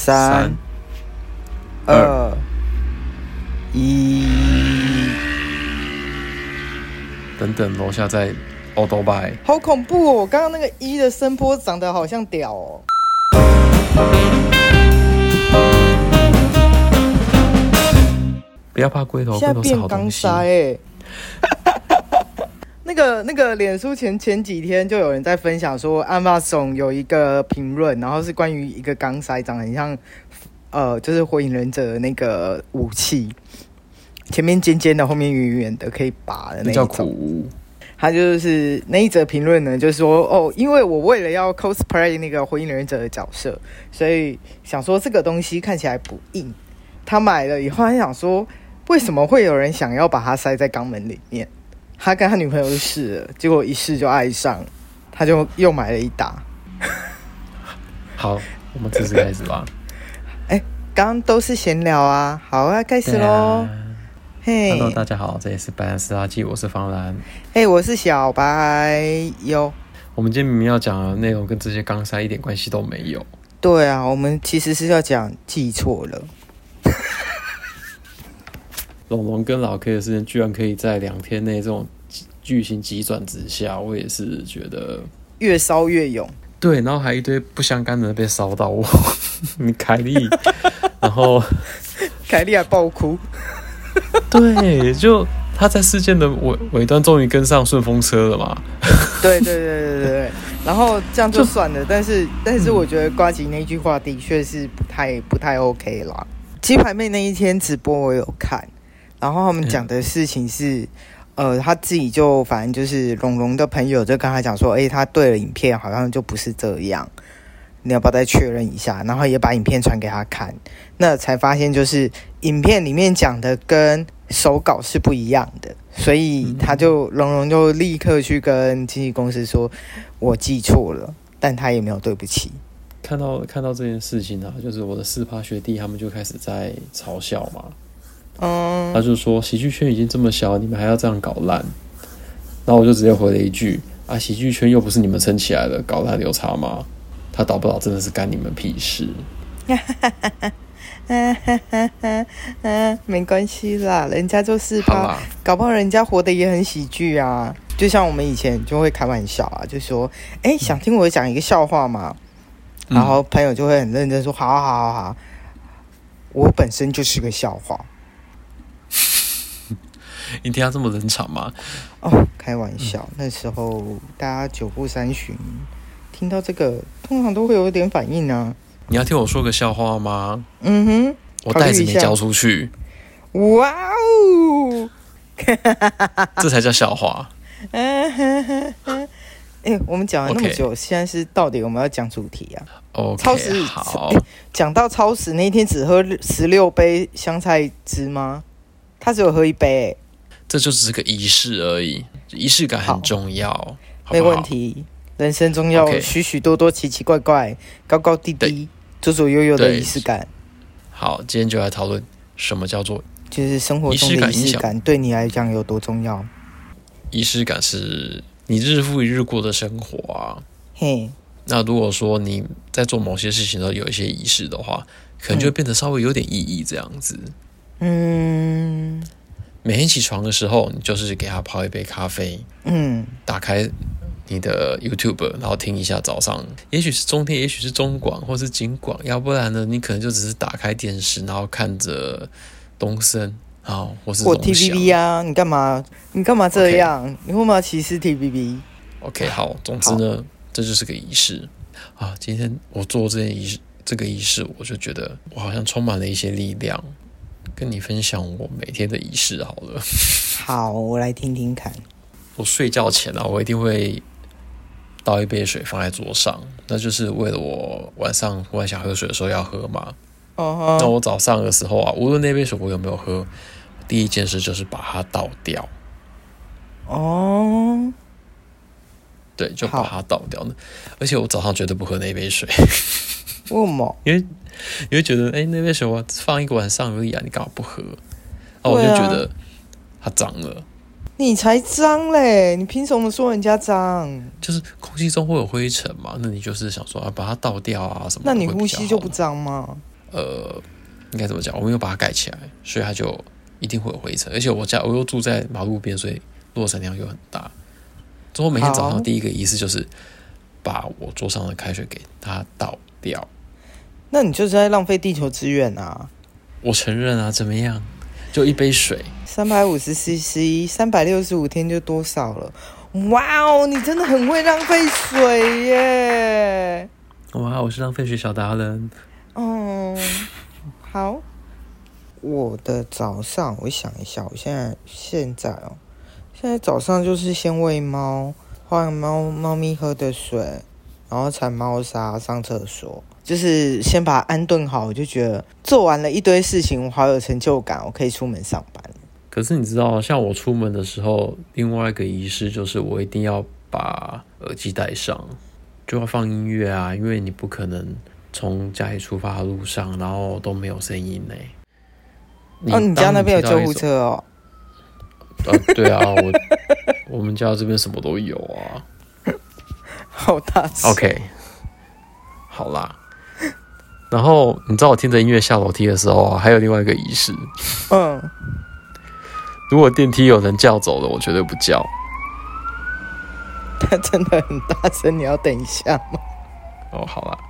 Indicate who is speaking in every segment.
Speaker 1: 3、2、1。
Speaker 2: 等等，楼下在欧多拜，
Speaker 1: 好恐怖哦！刚刚那个1的声波长得好像屌哦。
Speaker 2: 不要怕龟头，
Speaker 1: 现在
Speaker 2: 龟头是好东西。
Speaker 1: 变钢塞欸那个脸书前几天就有人在分享说 Amazon 有一个评论，然后是关于一个钢塞长得很像就是火影忍者的那个武器，前面尖尖的，后面圆圆的，可以拔的那一种。叫
Speaker 2: 苦。
Speaker 1: 他就是那一则评论呢，就是说因为我为了要 cosplay 那个火影忍者的角色，所以想说这个东西看起来不硬。他买了以后，他想说为什么会有人想要把它塞在肛门里面？他跟他女朋友就试了，结果一试就爱上，他就又买了一打。
Speaker 2: 好，我们正式开始吧。
Speaker 1: 刚刚都是闲聊啊，好啊，开始咯。嘿、
Speaker 2: Hello， 大家好，这里是白兰斯垃圾，我是方兰。
Speaker 1: 我是小白哟。
Speaker 2: 我们今天明明要讲的内容跟这些钢塞一点关系都没有。
Speaker 1: 对啊，我们其实是要讲记错了。
Speaker 2: 龙龙跟老 K 的事情居然可以在2天内这种剧情急转直下，我也是觉得
Speaker 1: 越烧越勇。对，
Speaker 2: 然后还一堆不相干的被烧到我，你凯莉，然后
Speaker 1: 凯莉还爆哭。
Speaker 2: 对，就他在事件的尾端终于跟上顺风车了嘛。
Speaker 1: 对，然后这样就算了，但是我觉得呱吉那句话的确是不太 OK 啦。鸡排妹那一天直播我有看，然后他们讲的事情是，他自己就反正就是龙龙的朋友就跟他讲说，他对了影片好像就不是这样，你要不要再确认一下？然后也把影片传给他看，那才发现就是影片里面讲的跟手稿是不一样的，所以他就龙龙就立刻去跟经纪公司说，我记错了，但他也没有对不起。
Speaker 2: 看到这件事情啊，就是我的4趴学弟他们就开始在嘲笑嘛。他就说喜剧圈已经这么小，你们还要这样搞烂。然后我就直接回了一句啊，喜剧圈又不是你们撑起来的，搞烂有差吗？他倒不倒真的是干你们屁事。
Speaker 1: 没关系啦，人家就是怕，搞不好人家活得也很喜剧啊。就像我们以前就会开玩笑啊，就说想听我讲一个笑话吗？然后朋友就会很认真说好，我本身就是个笑话。
Speaker 2: 你听他这么冷场吗？
Speaker 1: 开玩笑，那时候大家久不三巡，听到这个通常都会有点反应啊。
Speaker 2: 你要听我说个笑话吗？我袋子没交出去。
Speaker 1: 哇哦！
Speaker 2: 这才叫笑话。
Speaker 1: 我们讲了那么久，现在是到底我们要讲主题啊？
Speaker 2: 超时好。
Speaker 1: 讲到超时那一天只喝16杯香菜汁吗？他只有喝1杯
Speaker 2: 这就只是个仪式而已，仪式感很重要，好不好？
Speaker 1: 没问题。人生中要许许多多奇奇怪怪、高高低低、左左右右的仪式感。
Speaker 2: 好，今天就来讨论什么叫做
Speaker 1: 就是生活中的仪式感，对你来讲有多重要？
Speaker 2: 仪式感是你日复一日过的生活啊。那如果说你在做某些事情的时候有一些仪式的话，可能就会变得稍微有点意义这样子。每天起床的时候，你就是给他泡一杯咖啡，打开你的 YouTube， 然后听一下早上，也许是中天，也许是中广，或是警广，要不然呢，你可能就只是打开电视，然后看着东森啊，或是
Speaker 1: 我 TVB 啊，你干嘛这样？ 你为什么要歧视 TVB？OK，
Speaker 2: 好，总之呢，这就是个仪式啊。今天我做这个仪式，我就觉得我好像充满了一些力量。跟你分享我每天的仪式好了。
Speaker 1: 好，我来听听看。
Speaker 2: 我睡觉前啊，我一定会倒一杯水放在桌上，那就是为了我晚上忽然想喝水的时候要喝嘛。那我早上的时候啊，无论那杯水我有没有喝，第一件事就是把它倒掉。对，就把它倒掉。而且我早上绝对不喝那杯水。
Speaker 1: 为什么？
Speaker 2: 因为你会觉得，那杯水我放一个晚上而已啊，你干嘛不喝？我就觉得它脏了。
Speaker 1: 你才脏嘞！你凭什么说人家脏？
Speaker 2: 就是空气中会有灰尘嘛，那你就是想说把它倒掉啊什么的。
Speaker 1: 那你呼吸就不脏吗？
Speaker 2: 应该怎么讲？我没有把它盖起来，所以它就一定会有灰尘。而且我又住在马路边，所以落尘量又很大。之后每天早上第一个仪式就是把我桌上的开水给它倒掉。
Speaker 1: 那你就是在浪费地球资源啊！
Speaker 2: 我承认啊，怎么样？就一杯水
Speaker 1: ，350cc， 365天就多少了？哇哦，你真的很会浪费水耶！
Speaker 2: 哇，我是浪费水小达人。
Speaker 1: 哦，好。我的早上，我想一下，我现在早上就是先喂猫，换猫咪喝的水，然后铲猫砂，上厕所，就是先把它安顿好。我就觉得做完了一堆事情，我好有成就感，我可以出门上班。
Speaker 2: 可是你知道，像我出门的时候，另外一个仪式就是我一定要把耳机戴上，就要放音乐啊，因为你不可能从家里出发的路上，然后都没有声音呢。
Speaker 1: 你家那边有救护车哦？
Speaker 2: 对啊，我们家这边什么都有啊。
Speaker 1: 好大声。
Speaker 2: OK， 好啦。然后你知道我听着音乐下楼梯的时候，还有另外一个仪式。如果电梯有人叫走了，我绝对不叫。
Speaker 1: 他真的很大声，你要等一下吗？
Speaker 2: 哦，好啦。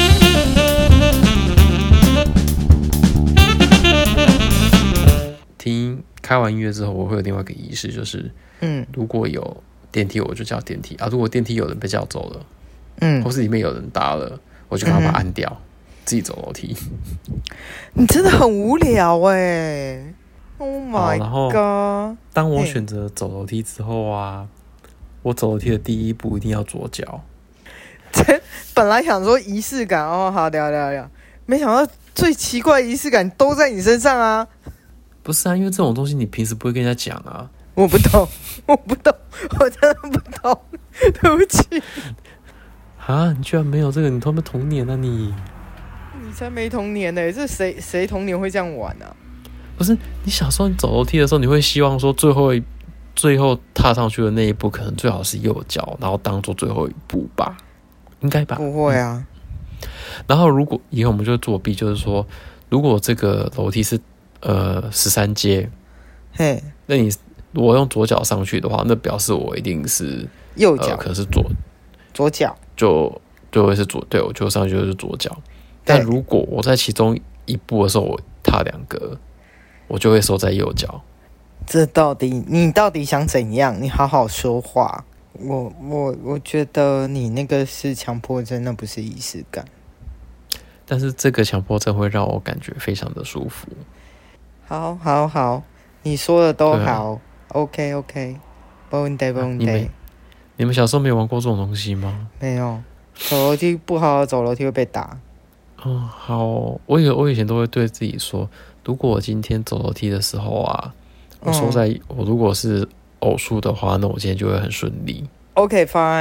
Speaker 2: 开完音乐之后，我会有另外一个仪式，就是如果有电梯，我就叫电梯啊。如果电梯有人被叫走了，或是里面有人搭了，我就赶快把它按掉，自己走楼梯。
Speaker 1: 你真的很无聊哎！Oh my god！
Speaker 2: 然后当我选择走楼梯之后啊，我走楼梯的第一步一定要左脚。
Speaker 1: 本来想说仪式感哦，好聊，没想到最奇怪的仪式感都在你身上啊！
Speaker 2: 不是啊，因为这种东西你平时不会跟人家讲啊。
Speaker 1: 我不懂，我真的不懂，对不起。
Speaker 2: 啊，你居然没有这个，你他妈童年啊你！
Speaker 1: 你才没童年呢，这谁童年会这样玩啊？
Speaker 2: 不是，你小时候你走楼梯的时候，你会希望说最后踏上去的那一步，可能最好是右脚，然后当做最后一步吧，应该吧？
Speaker 1: 不会啊。
Speaker 2: 然后如果以后我们就作弊，就是说，如果这个楼梯是13阶，
Speaker 1: 嘿，
Speaker 2: 那我用左脚上去的话，那表示我一定是
Speaker 1: 右脚，
Speaker 2: 可能是
Speaker 1: 左脚，
Speaker 2: 就会是对，我就上去就是左脚。但如果我在其中一步的时候我踏2格，我就会收在右脚。
Speaker 1: 你到底想怎样？你好好说话。我觉得你那个是强迫症，那不是仪式感。
Speaker 2: 但是这个强迫症会让我感觉非常的舒服。
Speaker 1: 好，你说的都好。OK， bon day。
Speaker 2: 你们小时候没有玩过这种东西吗？
Speaker 1: 没有，走楼梯不好好走楼梯会被打。
Speaker 2: 好，我以前都会对自己说，如果我今天走楼梯的时候啊，我如果是偶数的话，那我今天就会很顺利。
Speaker 1: OK fine 。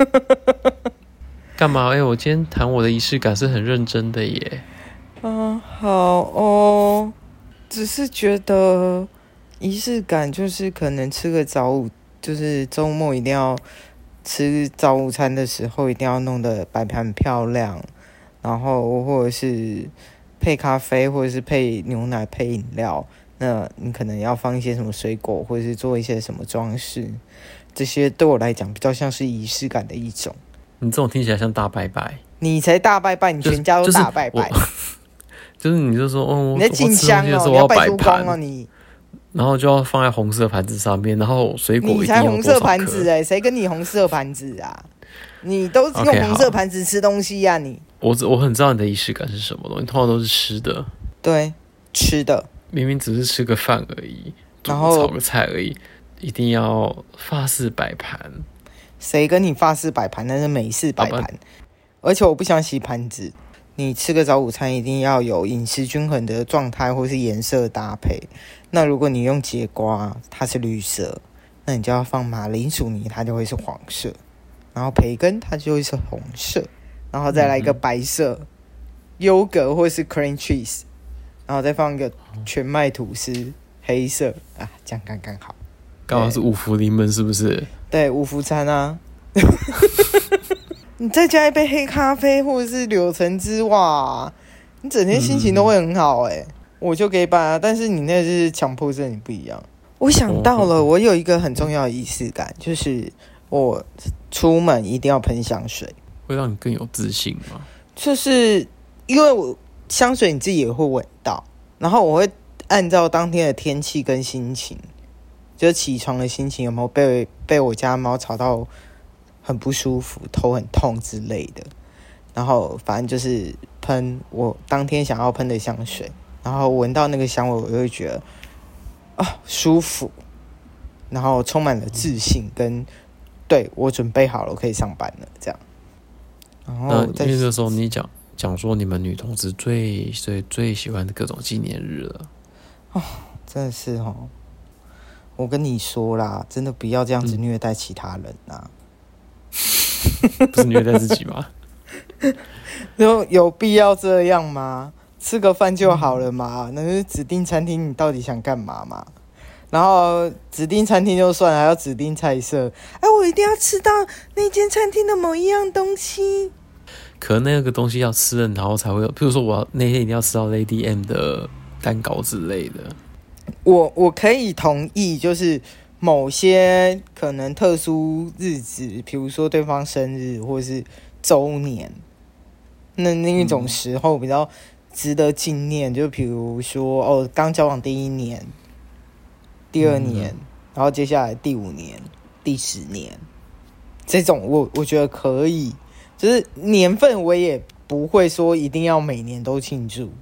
Speaker 2: 干嘛？我今天谈我的仪式感是很认真的耶。
Speaker 1: 好哦，只是觉得仪式感就是可能吃个早午，就是周末一定要吃早午餐的时候，一定要弄得摆盘很漂亮，然后或者是配咖啡，或者是配牛奶、配饮料。那你可能要放一些什么水果，或者是做一些什么装饰，这些对我来讲比较像是仪式感的一种。
Speaker 2: 你这种听起来像大拜拜。
Speaker 1: 你才大拜拜，你全家都大拜拜。
Speaker 2: 就是你就说，
Speaker 1: 你在进香哦，你要拜烛光哦，你。
Speaker 2: 然后就要放在红色盘子上面，然后水果一定要多少颗。
Speaker 1: 你才红色盘子谁跟你红色盘子啊？你都用红色盘子吃东西啊你。
Speaker 2: 我很知道你的仪式感是什么东西，通常都是吃的。
Speaker 1: 对，吃的。
Speaker 2: 明明只是吃个饭而已，然后炒个菜而已，一定要法式摆盘。
Speaker 1: 谁跟你法式摆盘？那是美式摆盘。而且我不想洗盘子。你吃个早午餐一定要有饮食均衡的状态，或是颜色搭配。那如果你用节瓜，它是绿色，那你就要放马铃薯泥，它就会是黄色。然后培根它就会是红色，然后再来一个白色优格或是 cream cheese， 然后再放一个全麦吐司黑色啊，这样刚刚好。
Speaker 2: 刚好是五福临门是不是？
Speaker 1: 对，五福餐啊。你再加一杯黑咖啡或者是柳橙汁，哇， 你整天心情都会很好我就给办啊。但是你那是强迫症，你不一样。我想到了，我有一个很重要的仪式感，就是我出门一定要喷香水，
Speaker 2: 会让你更有自信吗？
Speaker 1: 就是因为我香水你自己也会闻到，然后我会按照当天的天气跟心情，就是起床的心情有没有被我家猫吵到很不舒服、头很痛之类的，然后反正就是喷我当天想要喷的香水，然后闻到那个香味，我就会觉得舒服，然后充满了自信，跟对我准备好了，我可以上班了这样。然后
Speaker 2: 那因为这时候你讲说你们女同志最喜欢的各种纪念日了，
Speaker 1: 真的是我跟你说啦，真的不要这样子虐待其他人啊！
Speaker 2: 不是虐待自己吗？
Speaker 1: 有必要这样吗？吃个饭就好了嘛，那是指定餐厅，你到底想干嘛嘛？然后指定餐厅就算了，还要指定菜色，我一定要吃到那间餐厅的某一样东西。
Speaker 2: 可能那个东西要吃了，然后才会有，譬如说我那天一定要吃到 Lady M 的蛋糕之类的。
Speaker 1: 我可以同意，就是某些可能特殊日子，比如说对方生日或是周年，那一种时候比较值得纪念，就比如说刚交往第1年、第2年，然后接下来第5年、第10年，这种我觉得可以，就是年份我也不会说一定要每年都庆祝，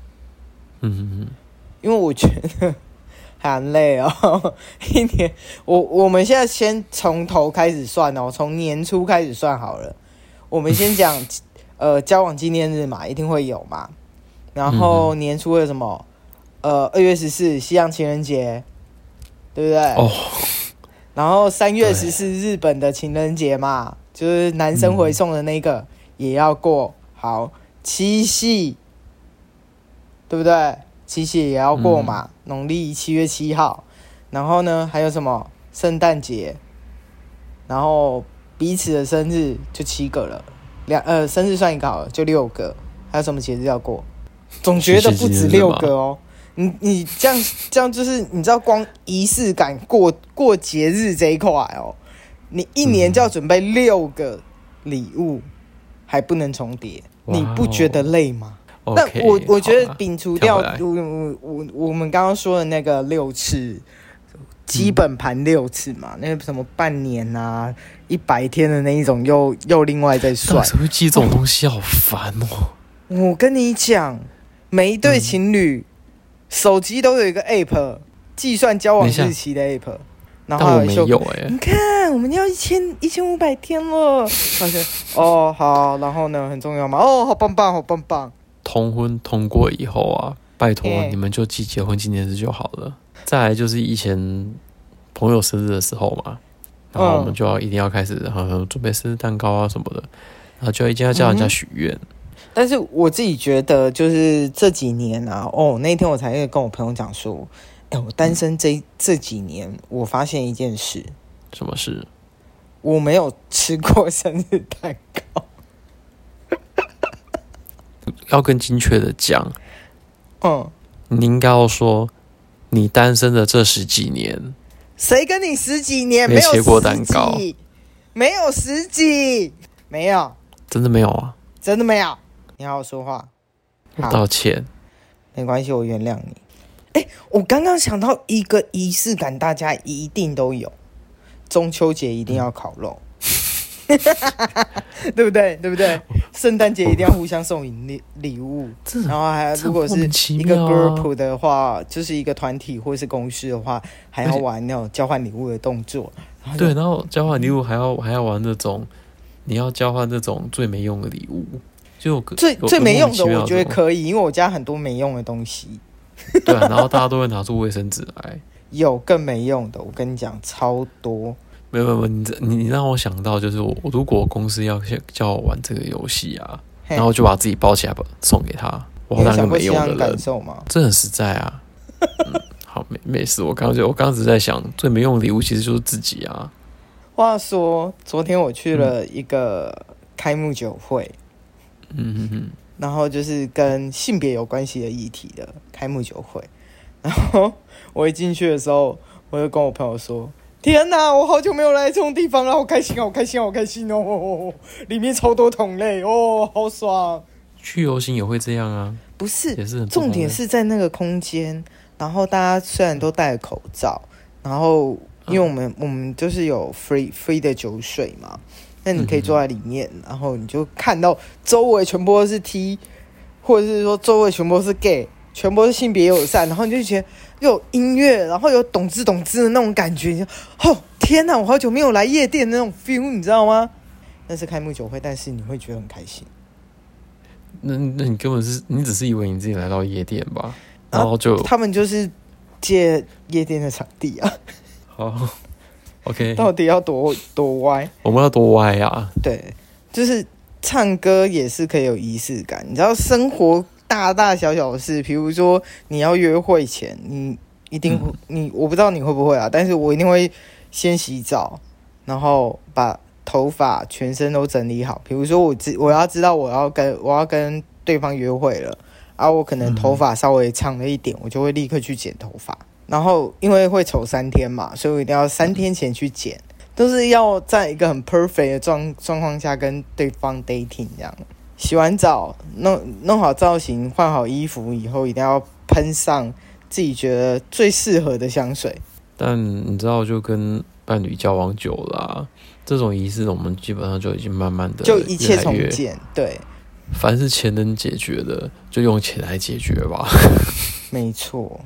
Speaker 1: 因为我觉得很累一年我们现在先从头开始算从年初开始算好了，我们先讲交往纪念日嘛，一定会有嘛。然后年初有什么？2月14西洋情人节，对不对？然后3月14日本的情人节嘛，就是男生回送的那个也要过。好，七夕，对不对？七夕也要过嘛，农历7月7号。然后呢，还有什么？圣诞节，然后彼此的生日就7个了，生日算一个好了，就6个。还有什么节日要过？总觉得不止6个你这样就是你知道，光仪式感过节日这一块你一年就要准备6个礼物，还不能重叠，你不觉得累吗？但我觉得摒除掉我们刚刚说的那个6次。基本盘6次嘛，那个什么半年啊、100天的那一种又另外再算。
Speaker 2: 到底会记这种东西，好烦
Speaker 1: 我跟你讲，每一对情侣手机都有一个 app 计算交往日期的 app， 然后
Speaker 2: 但我没有
Speaker 1: 你看我们要1500天了，好，然后呢很重要吗？好棒棒，好棒棒。
Speaker 2: 通婚通过以后啊，拜托你们就记结婚纪念日就好了。再来就是以前朋友生日的时候嘛，然后我们就一定要开始准备生日蛋糕啊什么的，然后就一定要叫人家许愿。
Speaker 1: 但是我自己觉得，就是这几年啊，那天我才跟我朋友讲说，我单身这几年，我发现一件事。
Speaker 2: 什么事？
Speaker 1: 我没有吃过生日蛋糕。
Speaker 2: 要更精确的讲，你应该要说，你单身的这10几年，
Speaker 1: 谁跟你10几年
Speaker 2: 没切过蛋糕？
Speaker 1: 没有10几，没有，
Speaker 2: 真的没有啊？
Speaker 1: 真的没有。你好好说话。
Speaker 2: 我道歉。
Speaker 1: 没关系，我原谅你。我刚刚想到一个仪式感，大家一定都有，中秋节一定要烤肉。对不对？圣诞节一定要互相送礼物，然后还如果是一个 group 的话，就是一个团体或是公司的话，还要玩那种交换礼物的动作。
Speaker 2: 对，然后交换礼物还要玩那种，你要交换那种最没用的礼物，就
Speaker 1: 最没用的，我觉得可以，因为我家很多没用的东西。
Speaker 2: 对啊，然后大家都会拿出卫生纸来。
Speaker 1: 有更没用的，我跟你讲，超多。
Speaker 2: 没有，你让我想到，就是我如果公司要叫我玩这个游戏啊，然后就把自己包起来送给他，我当个没用的人，
Speaker 1: 感受吗？
Speaker 2: 这很实在啊。好，没事。我刚刚只在想，最没用的礼物其实就是自己啊。
Speaker 1: 话说，昨天我去了一个开幕酒会， 然后就是跟性别有关系的议题的开幕酒会。然后我一进去的时候，我就跟我朋友说：“天哪，我好久没有来这种地方了，好开心，好开心，好开心哦！里面超多同类哦，好爽。”
Speaker 2: 去游行也会这样啊？
Speaker 1: 不是，
Speaker 2: 也是很
Speaker 1: 重点是在那个空间，然后大家虽然都戴口罩，然后因为我们就是有 free 的酒水嘛，那你可以坐在里面，然后你就看到周围全部都是 T， 或者是说周围全部都是 gay， 全部都是性别友善，然后你就觉得又有音乐，然后有懂之的那种感觉，你就天哪，我好久没有来夜店的那种 feel， 你知道吗？那是开幕酒会，但是你会觉得很开心。
Speaker 2: 那你根本是你只是以为你自己来到夜店吧？然后就
Speaker 1: 他们就是借夜店的场地啊。
Speaker 2: 好 ，OK，
Speaker 1: 到底要多歪？
Speaker 2: 我们要多歪啊？
Speaker 1: 对，就是唱歌也是可以有仪式感。你知道生活大大小小的事，比如说你要约会前，你一定会，我不知道你会不会啊，但是我一定会先洗澡，然后把头发全身都整理好。比如说我要知道我要跟对方约会了，我可能头发稍微长了一点，我就会立刻去剪头发。然后因为会丑3天嘛，所以我一定要3天前去剪，都是要在一个很 perfect 的状况下跟对方 dating 这样。洗完澡弄好造型，换好衣服以后，一定要喷上自己觉得最适合的香水。
Speaker 2: 但你知道，就跟伴侣交往久了这种仪式，我们基本上就已经慢慢的
Speaker 1: 就一切重建。对，
Speaker 2: 凡是钱能解决的，就用钱来解决吧。
Speaker 1: 没错。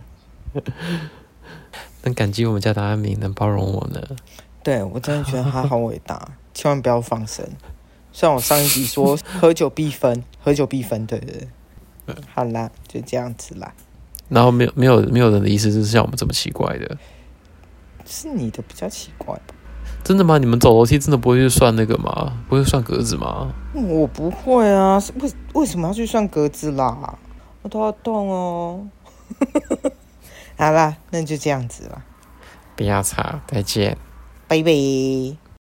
Speaker 2: 很感激我们家的阿明能包容我呢。
Speaker 1: 对，我真的觉得他好伟大，千万不要放生。虽然我上一集说喝酒必分，对。好啦，就这样子啦。
Speaker 2: 然后没有人的意思是像我们这么奇怪的，
Speaker 1: 是你的比较奇怪吧？
Speaker 2: 真的吗？你们走楼梯真的不会去算那个吗？不会算格子吗？
Speaker 1: 我不会啊，为什么要去算格子啦？我头好痛哦。好啦，那就这样子啦。
Speaker 2: 不要吵，再见，
Speaker 1: 拜拜。